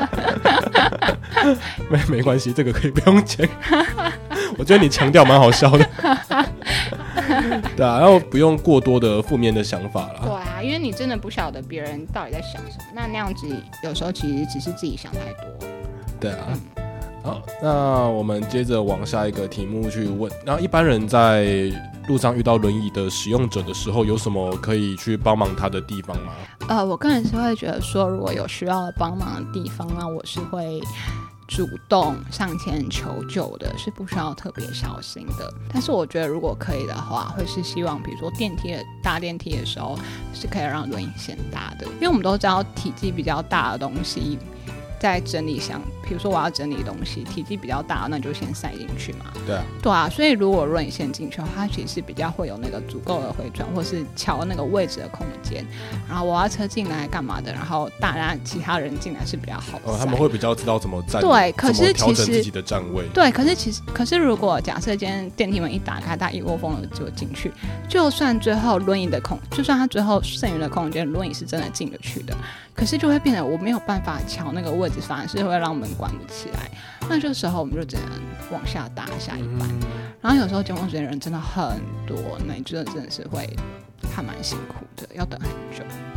没没关系，这个可以不用剪。我觉得你强调蛮好笑的。对啊，然后不用过多的负面的想法啦。 对啊，因为你真的不晓得别人到底在想什么，那那样子有时候其实只是自己想太多。 对啊。嗯，好，那我们接着往下一个题目去问。然后一般人在路上遇到轮椅的使用者的时候，有什么可以去帮忙他的地方吗？ 呃，我个人是会觉得说，如果有需要帮忙的地方，那我是会主动上前求救的，是不需要特别小心的。但是我觉得如果可以的话，会是希望比如说电梯的搭电梯的时候是可以让轮椅先搭的，因为我们都知道体积比较大的东西在整理箱，比如说我要整理东西，体积比较大，那就先塞进去嘛。 对啊， 对啊，所以如果轮椅先进去的话，它其实比较会有那个足够的回转，或是调那个位置的空间。然后我要车进来干嘛的，然后大家其他人进来是比较好塞、哦。 他们会比较知道怎么站， 对，可是调整自己的站位。 对，可是其实，可是如果假设今天电梯门一打开，大家一窝蜂的就进去，就算最后轮椅的空，就算它最后剩余的空间，轮椅是真的进得去的，可是就会变得我没有办法调那个位置，反而是会让门关不起来。那这时候我们就只能往下搭下一班、嗯、然后有时候交通时间人真的很多，那你真的真的是会还蛮辛苦的，要等很久。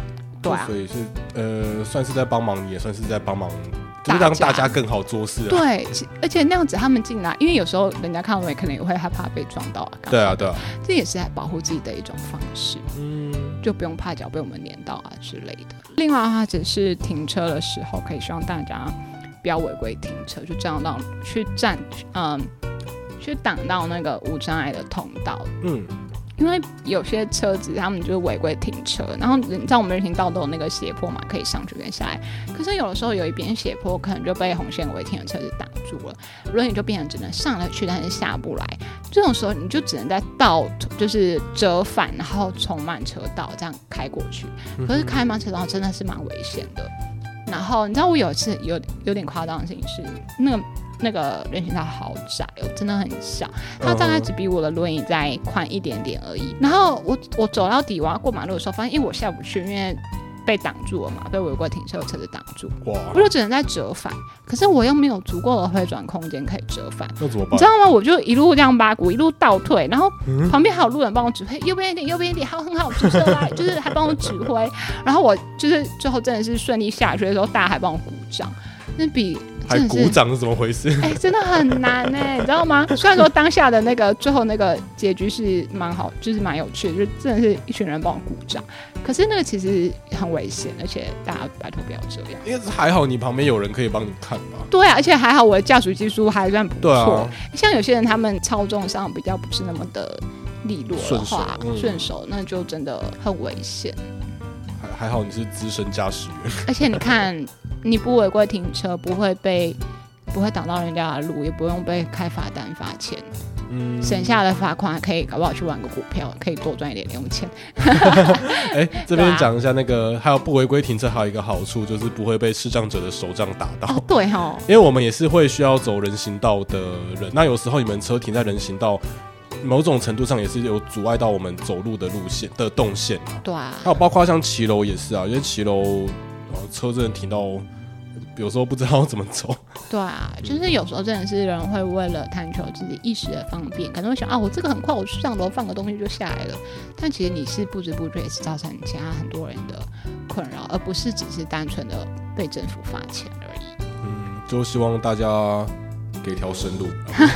对啊， 所以是呃，算是在帮忙你，也算是在帮忙。就是让大家更好做事、啊。 对，而且那样子他们进来，因为有时候人家看到我可能也会害怕被撞到啊。 对啊，对啊， 这也是在保护自己的一种方式。 嗯， 就不用怕脚被我们黏到啊之类的。另外的话，只是停车的时候，可以希望大家不要违规停车，就这样到去占，嗯，去挡到那个无障碍的通道。嗯。因为有些车子他们就是违规停车，然后你知道我们人行道都有那个斜坡嘛，可以上去跟下来。可是有的时候有一边斜坡可能就被红线违停的车子挡住了，轮椅就变成只能上得去，但是下不来。这种时候你就只能在倒就是折返，然后重慢车道这样开过去。可是开慢车道真的是蛮危险的。然后你知道我有一次有有点夸张的事情是那个。那个人行道好窄哦，真的很小，它大概只比我的轮椅再宽一点点而已。然后我我走到底我要过马路的时候，发现因为我下不去，因为被挡住了嘛，被违规停车的车子挡住，我就只能再折返。可是我又没有足够的回转空间可以折返， 那怎么办？ 你知道吗？我就一路这样八股，一路倒退，然后旁边还有路人帮我指挥，右边一点，右边一点，好，很好，出车来，就是还帮我指挥。然后我就是最后真的是顺利下去的时候，大家还帮我鼓掌，那比。 还鼓掌是怎么回事？ 哎、欸，真的很难哎、欸，你知道吗？虽然说当下的那个最后那个结局是蛮好，就是蛮有趣的，就真的是一群人帮我鼓掌。可是那个其实很危险，而且大家拜托不要这样。 因为还好你旁边有人可以帮你看吧？ 对啊，而且还好我的驾驶技术还算不错。 啊、 像有些人他们操纵上比较不是那么的利落的话，顺手、嗯、手那就真的很危险。 还好你是资深驾驶员， 而且你看，你不违规停车，不会被不会挡到人家的路，也不用被开罚单罚钱，嗯，省下的罚款还可以搞不好去玩个股票，可以多赚一点零用钱。 哎、欸，这边讲一下那个，还有不违规停车还有一个好处就是不会被视障者的手杖打到。 哦，对哦， 因为我们也是会需要走人行道的人，那有时候你们车停在人行道。某种程度上也是有阻碍到我们走路的路线的动线啊。 对啊， 还有包括像骑楼也是啊，因为骑楼、呃、车真的停到有时候不知道怎么走。 对啊，就是有时候真的是人会为了探求自己一时的方便，可能会想啊，我这个很快，我去上楼放个东西就下来了。但其实你是不知不觉也是造成其他很多人的困扰，而不是只是单纯的被政府罚钱而已。 嗯，就希望大家。给条生路，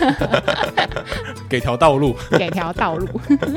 给条道路， 给条道路。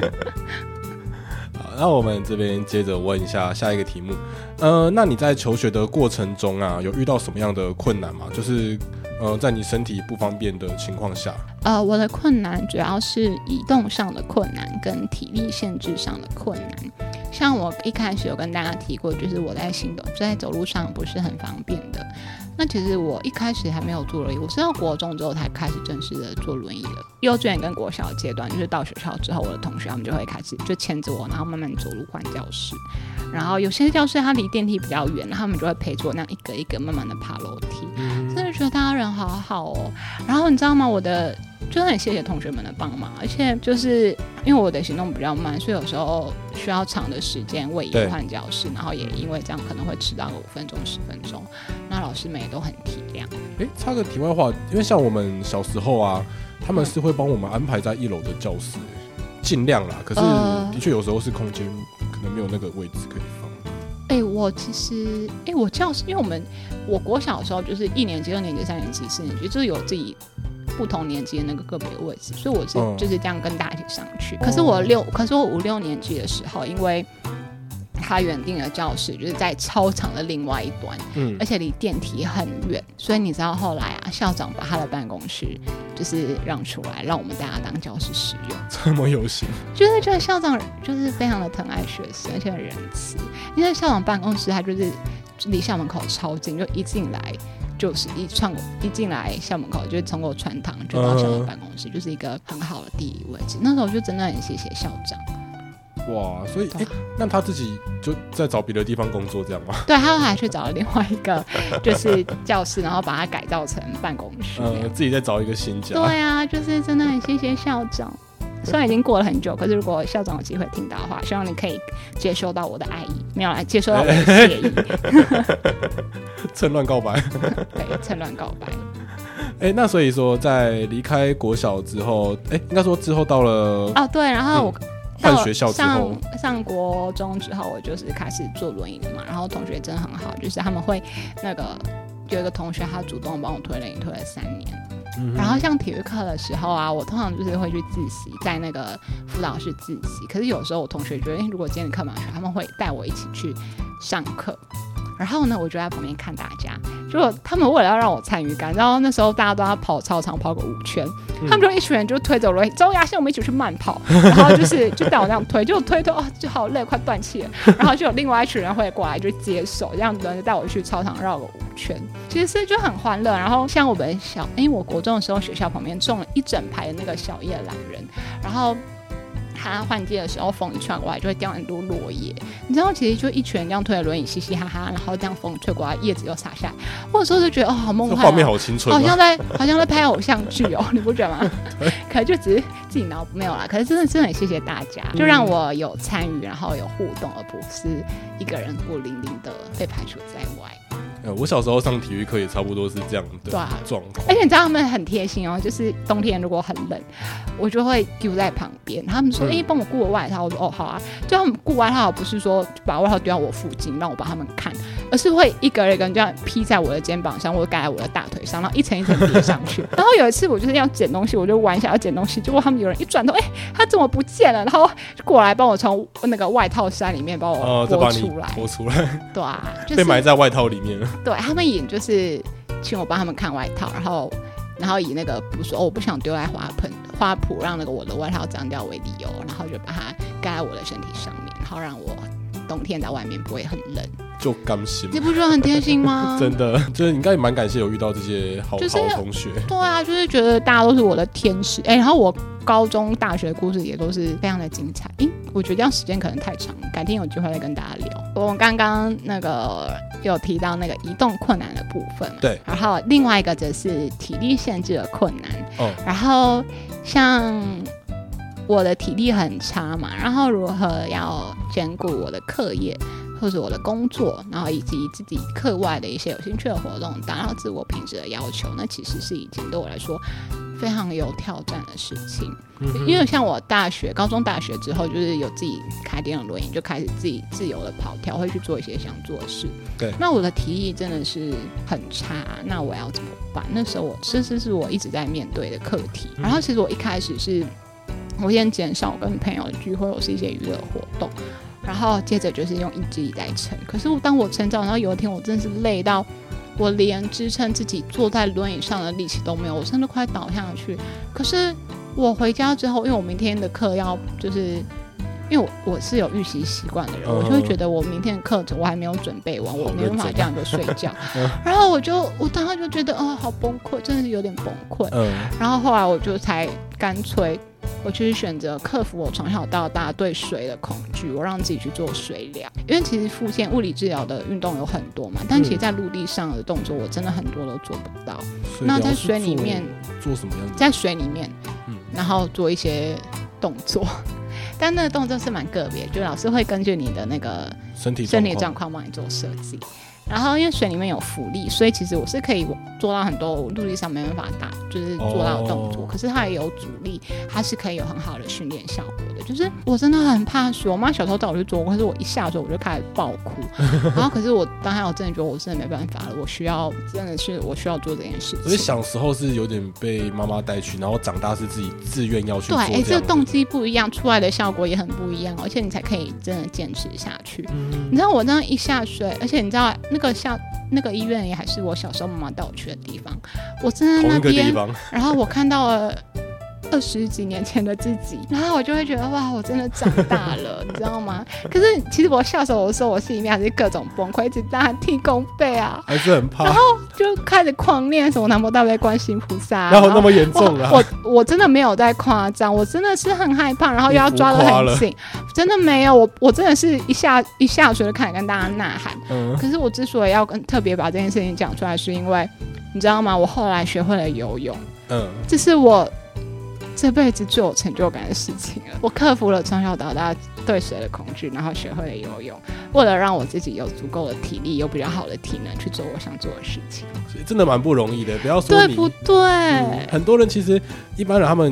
好，那我们这边接着问一下下一个题目。呃，那你在求学的过程中啊，有遇到什么样的困难吗？就是呃，在你身体不方便的情况下。 呃，我的困难主要是移动上的困难跟体力限制上的困难。像我一开始有跟大家提过，就是我在行动在走路上不是很方便的。那其实我一开始还没有坐轮椅，我是到国中之后才开始正式的坐轮椅了。幼稚园跟国小的阶段，就是到学校之后，我的同学他们就会开始就牵着我，然后慢慢走路换教室。然后有些教室它离电梯比较远，他们就会陪着我那样一个一个慢慢的爬楼梯。真的觉得大家人好好哦。然后你知道吗？我的就很谢谢同学们的帮忙，而且就是因为我的行动比较慢，所以有时候需要长的时间位移换教室，然后也因为这样可能会迟到个五分钟十分钟，那老师们也都很体谅。 哎，插个题外话，因为像我们小时候啊，他们是会帮我们安排在一楼的教室，尽量啦。可是的确有时候是空间可能没有那个位置可以放。 哎、欸，我其实哎、欸，我教室，因为我们我国小的时候就是一年级、二年级、三年级、四年级，就是有自己不同年级的那个个别的位置，所以我是就是这样跟大家一起上去。可是我六，可是我五六年级的时候，因为他原定的教室就是在操场的另外一端，嗯，而且离电梯很远，所以你知道后来啊，校长把他的办公室就是让出来，让我们大家当教室使用。 这么有心， 就是觉得校长就是非常的疼爱学生，而且很仁慈。因为校长办公室他就是离校门口超近，就一进来就是一串一进来校门口，就是通过穿堂就到校长办公室， uh-huh. 就是一个很好的地理位置。那时候就真的很谢谢校长。 哇，所以哎、欸，那他自己就在找别的地方工作这样吗？ 对，他还去找了另外一个就是教室，然后把它改造成办公室。 嗯，自己再找一个新家。 对啊，就是真的很谢谢校长。虽然已经过了很久，可是如果校长有机会听到的话，希望你可以接收到我的爱意，没有来接收到我的谢意。 趁乱告白。 对，趁乱告白。 哎、欸，那所以说，在离开国小之后，哎、欸，应该说之后到了哦，对，然后我。 嗯换学校之后上上国中之后，我就是开始坐轮椅嘛，然后同学真的很好，就是他们会那个有一个同学他主动帮我推轮椅推了三年。嗯、然后像体育课的时候啊，我通常就是会去自习，在那个辅导室自习。可是有时候我同学觉得，如果今天的课蛮少，他们会带我一起去上课。然后呢，我就在旁边看大家。结果他们为了要让我参与感，然后那时候大家都要跑操场跑个五圈，嗯、他们就一群人就推着轮椅，周亚现我们一起去慢跑，然后就是就带我这样推，就推推哦，就好累，快断气了。然后就有另外一群人会过来就接手，这样子就带我去操场绕个五圈，其实就很欢乐。然后像我们小，因为我国中的时候，学校旁边种了一整排的那个小叶懒人，然后它换季的时候，风一吹过来就会掉很多落叶。你知道，其实就一群人这样推着轮椅，嘻嘻哈哈，然后这样风吹过来，叶子又洒下来。我有时候就觉得哦，好梦幻、啊， 画面好青春、啊， 好像在好像在拍偶像剧哦，你不觉得吗？可能就只是自己脑没有啦。可是真的真的很谢谢大家，就让我有参与，然后有互动，而不是一个人孤零零的被排除在外。 呃、我小时候上体育课也差不多是这样的状况、啊， 而且你知道他们很贴心哦，就是冬天如果很冷，我就会丢在旁边，他们说：“哎、嗯，帮、欸、我顾我外套。”我说：“哦，好啊。”就他们顾外套，不是说把外套丢到我附近让我帮他们看，而是会一个人一个人这样披在我的肩膀上，或者盖在我的大腿上，然后一层一层叠上去。然后有一次我就是要捡东西，我就玩一下要捡东西，结果他们有人一转头，哎、欸，他怎么不见了？然后就过来帮我从那个外套衫里面帮我拨出来， 拨、呃、出来， 对啊，就是、 被埋在外套里面了。 对他们也就是请我帮他们看外套，然后然后以那个不说、哦、我不想丢在花盆花圃让那个我的外套脏掉为理由，然后就把它盖在我的身体上面，然后让我冬天在外面不会很冷， 就甘心。 你不觉得很贴心吗？ 真的，就是你应该也蛮感谢有遇到这些好、就是、好同学。 对啊，就是觉得大家都是我的天使。哎，然后我高中大学的故事也都是非常的精彩。诶，我觉得这样时间可能太长，改天有机会再跟大家聊。我们刚刚那个有提到那个移动困难的部分嘛， 对， 然后另外一个则是体力限制的困难。 哦， 然后像我的体力很差嘛，然后如何要兼顾我的课业或者我的工作，然后以及自己课外的一些有兴趣的活动，达到自我品质的要求，那其实是以前对我来说非常有挑战的事情。嗯、因为像我大学高中大学之后就是有自己开电动轮椅，就开始自己自由的跑跳，会去做一些想做的事。 对， 那我的体力真的是很差，那我要怎么办？那时候我这是是我一直在面对的课题。然后其实我一开始是我先减少跟朋友的聚会，或是一些娱乐活动，然后接着就是用意志力在撑。可是当我成长，然后有一天我真的是累到我连支撑自己坐在轮椅上的力气都没有，我真的快倒下去。可是我回家之后，因为我明天的课要就是因为 我, 我是有预习习惯的人、嗯、我就会觉得我明天的课程我还没有准备完，我没办法这样就睡觉、嗯、然后我就我当时就觉得哦好崩溃，真的是有点崩溃、嗯、然后后来我就才干脆我就是选择克服我从小到大对水的恐惧，我让自己去做水疗。因为其实复健物理治疗的运动有很多嘛，但其实在陆地上的动作我真的很多都做不到。那在水里面做什么样子？ 在水里面、嗯、然后做一些动作，但那个动作是蛮个别，就老师会根据你的那个身体身体状况帮你做设计。然后因为水里面有浮力，所以其实我是可以做到很多陆地上没办法打就是做到的动作、哦、可是它也有阻力，它是可以有很好的训练效果的。就是我真的很怕水，我妈小时候带我去做过，可是我一下水我就开始爆哭然后可是我当下我真的觉得我真的没办法了，我需要真的是我需要做这件事情。 所以小时候是有点被妈妈带去，然后长大是自己自愿要去做这样的。 对，这个动机不一样，出来的效果也很不一样，而且你才可以真的坚持下去、嗯、你知道我这样一下水，而且你知道那个下那个医院也还是我小时候妈妈带我去的地方，我真的那边，然后我看到了二十几年前的自己，然后我就会觉得哇，我真的长大了你知道吗？可是其实我下手的时候，我心里面还是各种崩溃，一直大踢弓背啊， 还是很怕， 然后就开始狂念什么南无大悲观世音菩萨， 然后那么严重啊！ 我我真的没有在夸张，我真的是很害怕，然后又要抓得很紧，真的没有，我我真的是一下一下水就开始跟大家呐喊、嗯。可是我之所以要跟特别把这件事情讲出来，是因为你知道吗？我后来学会了游泳，嗯，这是我这辈子最有成就感的事情了。我克服了从小到大对水的恐惧，然后学会了游泳，为了让我自己有足够的体力，有比较好的体能去做我想做的事情。 所以真的蛮不容易的，不要说你对不对、 嗯、很多人其实一般人他们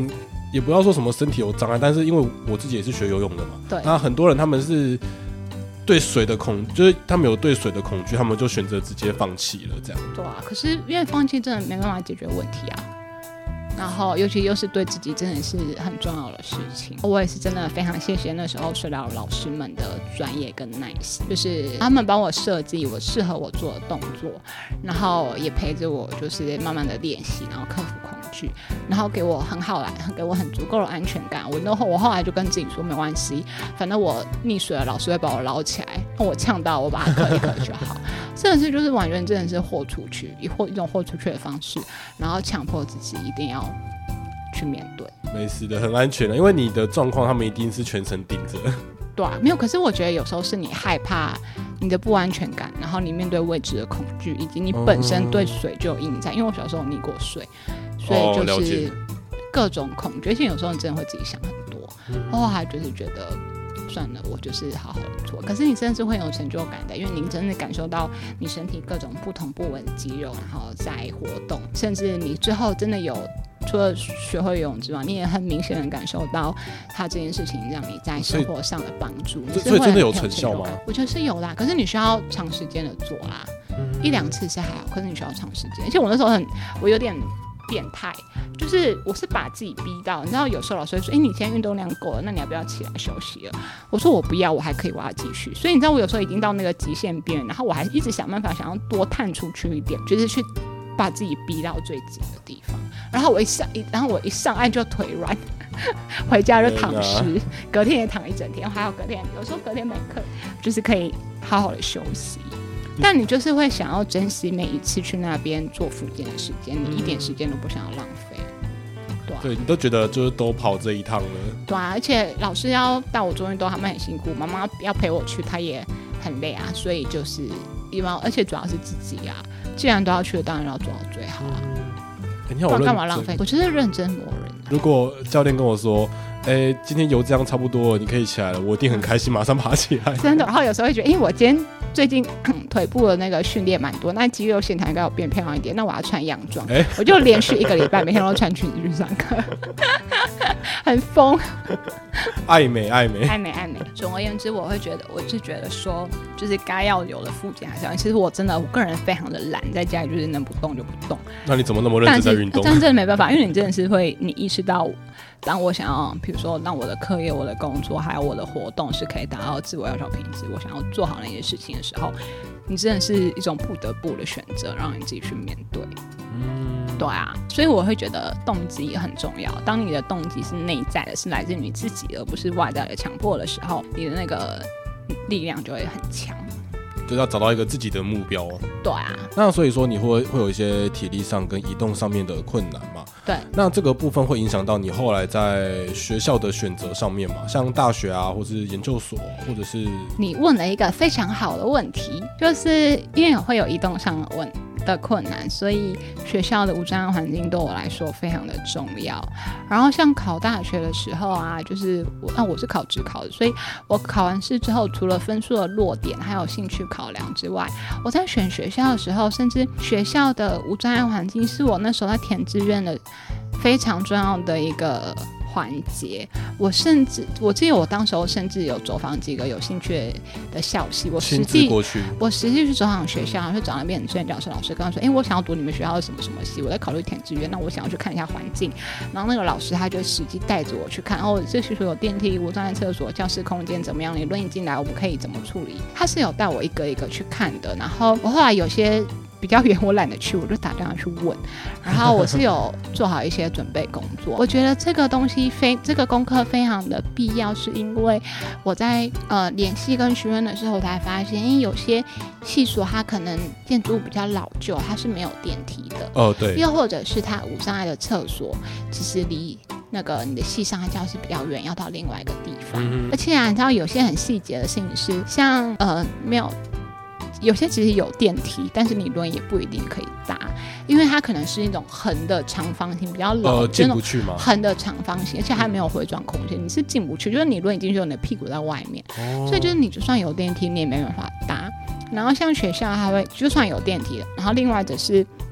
也不要说什么身体有障碍，但是因为我自己也是学游泳的嘛， 对， 那很多人他们是对水的恐，就是他们有对水的恐惧，他们就选择直接放弃了这样。 对啊，可是因为放弃真的没办法解决问题啊。然后，尤其又是对自己真的是很重要的事情，我也是真的非常谢谢那时候水疗老师们的专业跟耐心，就是他们帮我设计我适合我做的动作，然后也陪着我就是慢慢的练习，然后克服恐惧，然后给我很好来，给我很足够的安全感。我那后我后来就跟自己说没关系，反正我溺水了，老师会把我捞起来，我呛到我把它咳一咳就好。真的是就是完全真的是豁出去，以豁一种豁出去的方式，然后强迫自己一定要去面对。 没事的，很安全的，因为你的状况他们一定是全程盯着。 对啊，没有。可是我觉得有时候是你害怕你的不安全感，然后你面对未知的恐惧，以及你本身对水就有阴影在。因为我小时候溺过水，所以就是各种恐惧，而且有时候你真的会自己想很多。后来就是觉得算了，我就是好好的做。可是你真的是会有成就感的，因为你真的感受到你身体各种不同部位的肌肉，然后在活动，甚至你最后真的有除了学会游泳之外，你也很明显的感受到它这件事情让你在生活上的帮助。 所以真的有成效吗？ 我觉得是有啦，可是你需要长时间的做啦，嗯、一两次是还好，可是你需要长时间。而且我那时候很，我有点变态，就是我是把自己逼到，你知道，有时候老师会说：“哎、欸，你今天运动量够了，那你要不要起来休息了？”我说：“我不要，我还可以，我要继续。”所以你知道，我有时候已经到那个极限边，然后我还一直想办法想要多探出去一点，就是去把自己逼到最紧的地方。然后我一上，然后我一上岸就腿软，回家就躺尸，隔天也躺一整天，还有隔天，有时候隔天没课，就是可以好好的休息。但你就是会想要珍惜每一次去那边做复健的时间，你一点时间都不想要浪费。对、啊， 对你都觉得就是都跑这一趟了。 对啊，而且老师要带我做运动，他们很辛苦，妈妈要陪我去，她也很累啊，所以就是因为，而且主要是自己啊，既然都要去了，当然要做到最好啊。 欸、你看我干嘛浪费？我就是认真磨人、啊。 如果教练跟我说，哎、欸，今天游这样差不多了，你可以起来了，我一定很开心，马上爬起来。 真的，然后有时候会觉得，哎、欸，我今天最近、嗯、腿部的那个训练蛮多，那肌肉线条应该有变漂亮一点，那我要穿洋装，欸、我就连续一个礼拜每天都穿裙子去上课，很疯。 爱美爱美爱美爱美。总而言之，我会觉得，我是觉得说，就是该要有的复健还是要。其实我真的，我个人非常的懒，在家里就是能不动就不动。 那你怎么那么认真在运动？ 但是真的没办法，因为你真的是会，你意识到，当我想要，比如说，让我的课业、我的工作还有我的活动是可以达到自我要求品质，我想要做好那些事情的时候，你真的是一种不得不的选择，让你自己去面对。嗯，对啊，所以我会觉得动机也很重要。当你的动机是内在的，是来自于你自己，而不是外在的强迫的时候，你的那个力量就会很强。 就要找到一个自己的目标。 对啊。 那所以说你会会有一些体力上跟移动上面的困难嘛？ 对。 那这个部分会影响到你后来在学校的选择上面嘛？像大学啊，或是研究所，或者是…… 你问了一个非常好的问题，就是因为会有移动上的问的困难，所以学校的无障碍环境对我来说非常的重要。然后像考大学的时候啊，就是我那我是考指考的，所以我考完试之后，除了分数的落点还有兴趣考量之外，我在选学校的时候，甚至学校的无障碍环境是我那时候在填志愿的非常重要的一个环节。我甚至我记得我当时候甚至有走访几个有兴趣的校系，我实际过去， 我实际去走访学校，去找那边的志愿教师老师，跟他说：“哎、欸，我想要读你们学校的什么什么系，我在考虑填志愿，那我想要去看一下环境。”然后那个老师他就实际带着我去看，哦，这学校有电梯、无障碍厕所、教室空间怎么样？你轮椅进来，我们可以怎么处理？他是有带我一个一个去看的。然后我后来有些比较远我懒得去，我就打电话去问，然后我是有做好一些准备工作。我觉得这个东西非这个功课非常的必要，是因为我在呃联系跟询问的时候，我才发现，因为有些系所它可能建筑物比较老旧，它是没有电梯的。 哦，对。又或者是它无障碍的厕所，其实离那个你的系上的教室比较远，要到另外一个地方。嗯、而且啊，你知道有些很细节的事情是，像呃没有。有些其实有电梯，但是你轮椅也不一定可以搭，因为它可能是一种横的长方形，比较老， 呃，进不去吗？ 横的长方形，而且它没有回转空间，你是进不去，就是你轮椅进去，你的屁股在外面，哦、所以就是你就算有电梯，你也没办法搭。然后像学校，它会就算有电梯，然后另外的是。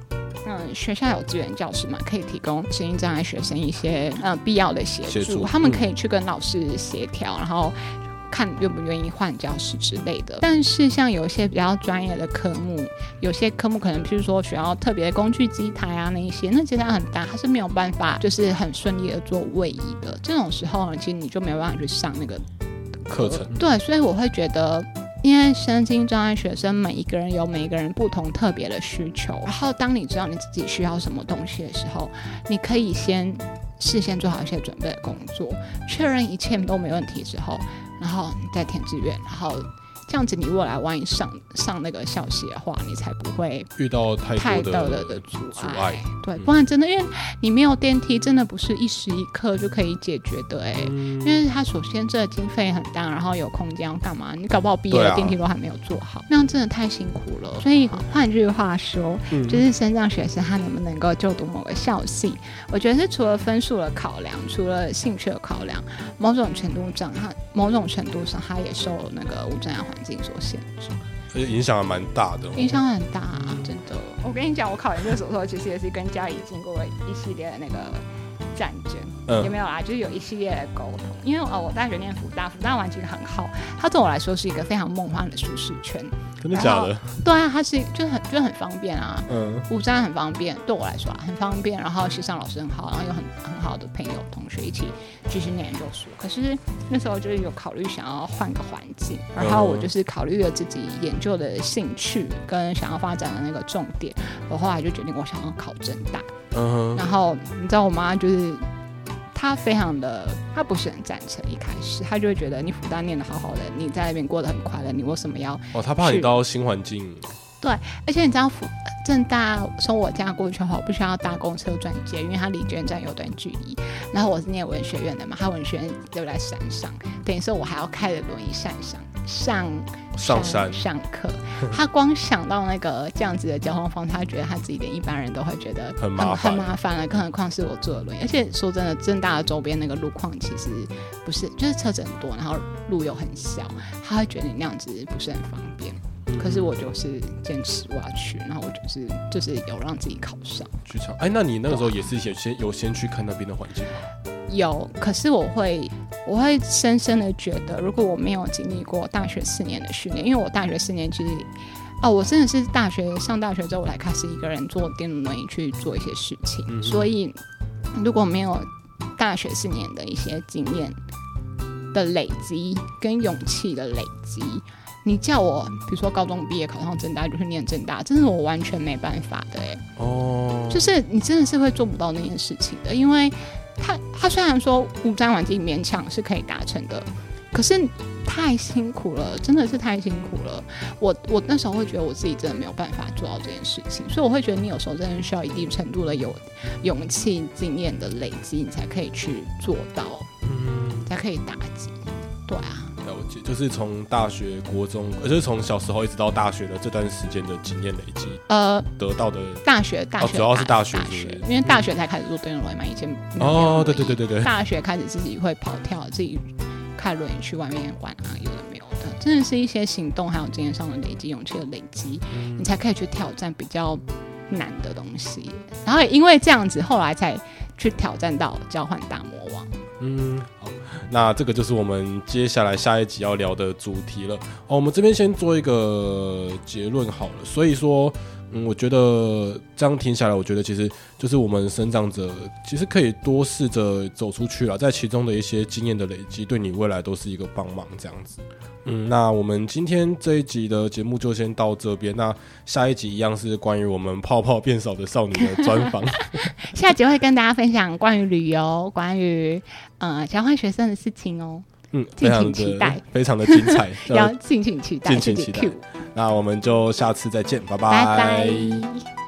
嗯，学校有资源教室嘛，可以提供身心障碍学生一些嗯必要的协助， 协助他们可以去跟老师协调，然后看愿不愿意换教室之类的。但是像有一些比较专业的科目，有些科目可能譬如说需要特别的工具机台啊那一些，那其实它很大，它是没有办法就是很顺利的做位移的。这种时候呢，其实你就没有办法去上那个课程。 对，所以我会觉得因为身心障碍学生每一个人有每一个人不同特别的需求，然后当你知道你自己需要什么东西的时候，你可以先事先做好一些准备的工作，确认一切都没问题之后，然后你再填志愿，然后这样子你未来万一上上那个校系的话，你才不会遇到太多的太多的的阻阻碍。 对，不然真的，因为你没有电梯，真的不是一时一刻就可以解决的哎、欸嗯。因为它首先这个经费很大，然后有空间要干嘛？你搞不好毕业了、啊、电梯都还没有做好，那样真的太辛苦了。所以换句话说，嗯、就是身障学生他能不能够就读某个校系，我觉得是除了分数的考量，除了兴趣的考量，某种程度上，他某种程度上他也受那个无障碍环境所限制。 而且影响还蛮大的、哦， 影响很大、啊，真的。我跟你讲，我考研究所的时候，其实也是跟家里经过一系列的那个战争，嗯、有没有啦？就是有一系列的沟通。因为哦，我大学念福大，福大环境很好，它对我来说是一个非常梦幻的舒适圈。 真的假的？ 对啊，它是就很就很方便啊， 嗯， 无障碍很方便，对我来说、啊、很方便。然后系上老师很好，然后有很很好的朋友同学一起继续念研究所。可是那时候就是有考虑想要换个环境，然后我就是考虑了自己研究的兴趣跟想要发展的那个重点，我后来就决定我想要考政大。嗯，然后你知道我妈就是她非常的，她不是很赞成。一开始她就会觉得你福大念得好好的，你在那边过得很快乐，你为什么要哦？她怕你到新环境。 对，而且你知道福政大从我家过去后，我不需要搭公车转接，因为它离捷运站有段距离。然后我是念文学院的嘛，它文学院就在山上，等于说我还要开着轮椅上上上上山上课。他光想到那个这样子的交通方式，他觉得他自己连一般人都会觉得很麻烦， 很麻烦了，更何况是我坐的轮椅。而且说真的，政大的周边那个路况其实不是，就是车子很多，然后路又很小，他会觉得你那样子不是很方便。可是我就是坚持我要去，然后我就是就是有让自己考上剧场。哎，那你那个时候也是有先有先去看那边的环境吗？ 有，可是我会我会深深的觉得，如果我没有经历过大学四年的训练，因为我大学四年其实哦，我真的是大学上大学之后，我才开始一个人坐电动轮椅去做一些事情，嗯、所以如果没有大学四年的一些经验的累积跟勇气的累积。你叫我比如说高中毕业考上政大就去念政大，真的我完全没办法的哎、欸。哦，就是你真的是会做不到那件事情的，因为他他虽然说无障碍环境勉强是可以达成的，可是太辛苦了，真的是太辛苦了。我我那时候会觉得我自己真的没有办法做到这件事情，所以我会觉得你有时候真的需要一定程度的有勇气、经验的累积，你才可以去做到，嗯，才可以打击。对啊。 了解，就是从大学、国中，而且从小时候一直到大学的这段时间的经验累积，呃，得到的大学大学、哦、 主要是大学， 大学，因为大学才开始做电动轮椅嘛，以前哦，对对对对对， 大学开始自己会跑跳，自己开轮椅去外面玩啊，有的没有的，真的是一些行动还有经验上的累积、勇气的累积、嗯，你才可以去挑战比较难的东西。然后也因为这样子，后来才去挑战到交换大魔王。 嗯，好，那这个就是我们接下来下一集要聊的主题了。哦，我们这边先做一个结论好了。所以说，嗯，我觉得这样听下来，我觉得其实就是我们身障者其实可以多试着走出去啦，在其中的一些经验的累积，对你未来都是一个帮忙，这样子。嗯，那我们今天这一集的节目就先到这边。那下一集一样是关于我们泡泡变少的少女的专访。 下集会跟大家分享关于旅游、关于呃交换学生的事情哦。嗯，敬请期待， 非常的精彩， 要敬请期待， 敬请期待。那我们就下次再见，拜拜。 拜拜。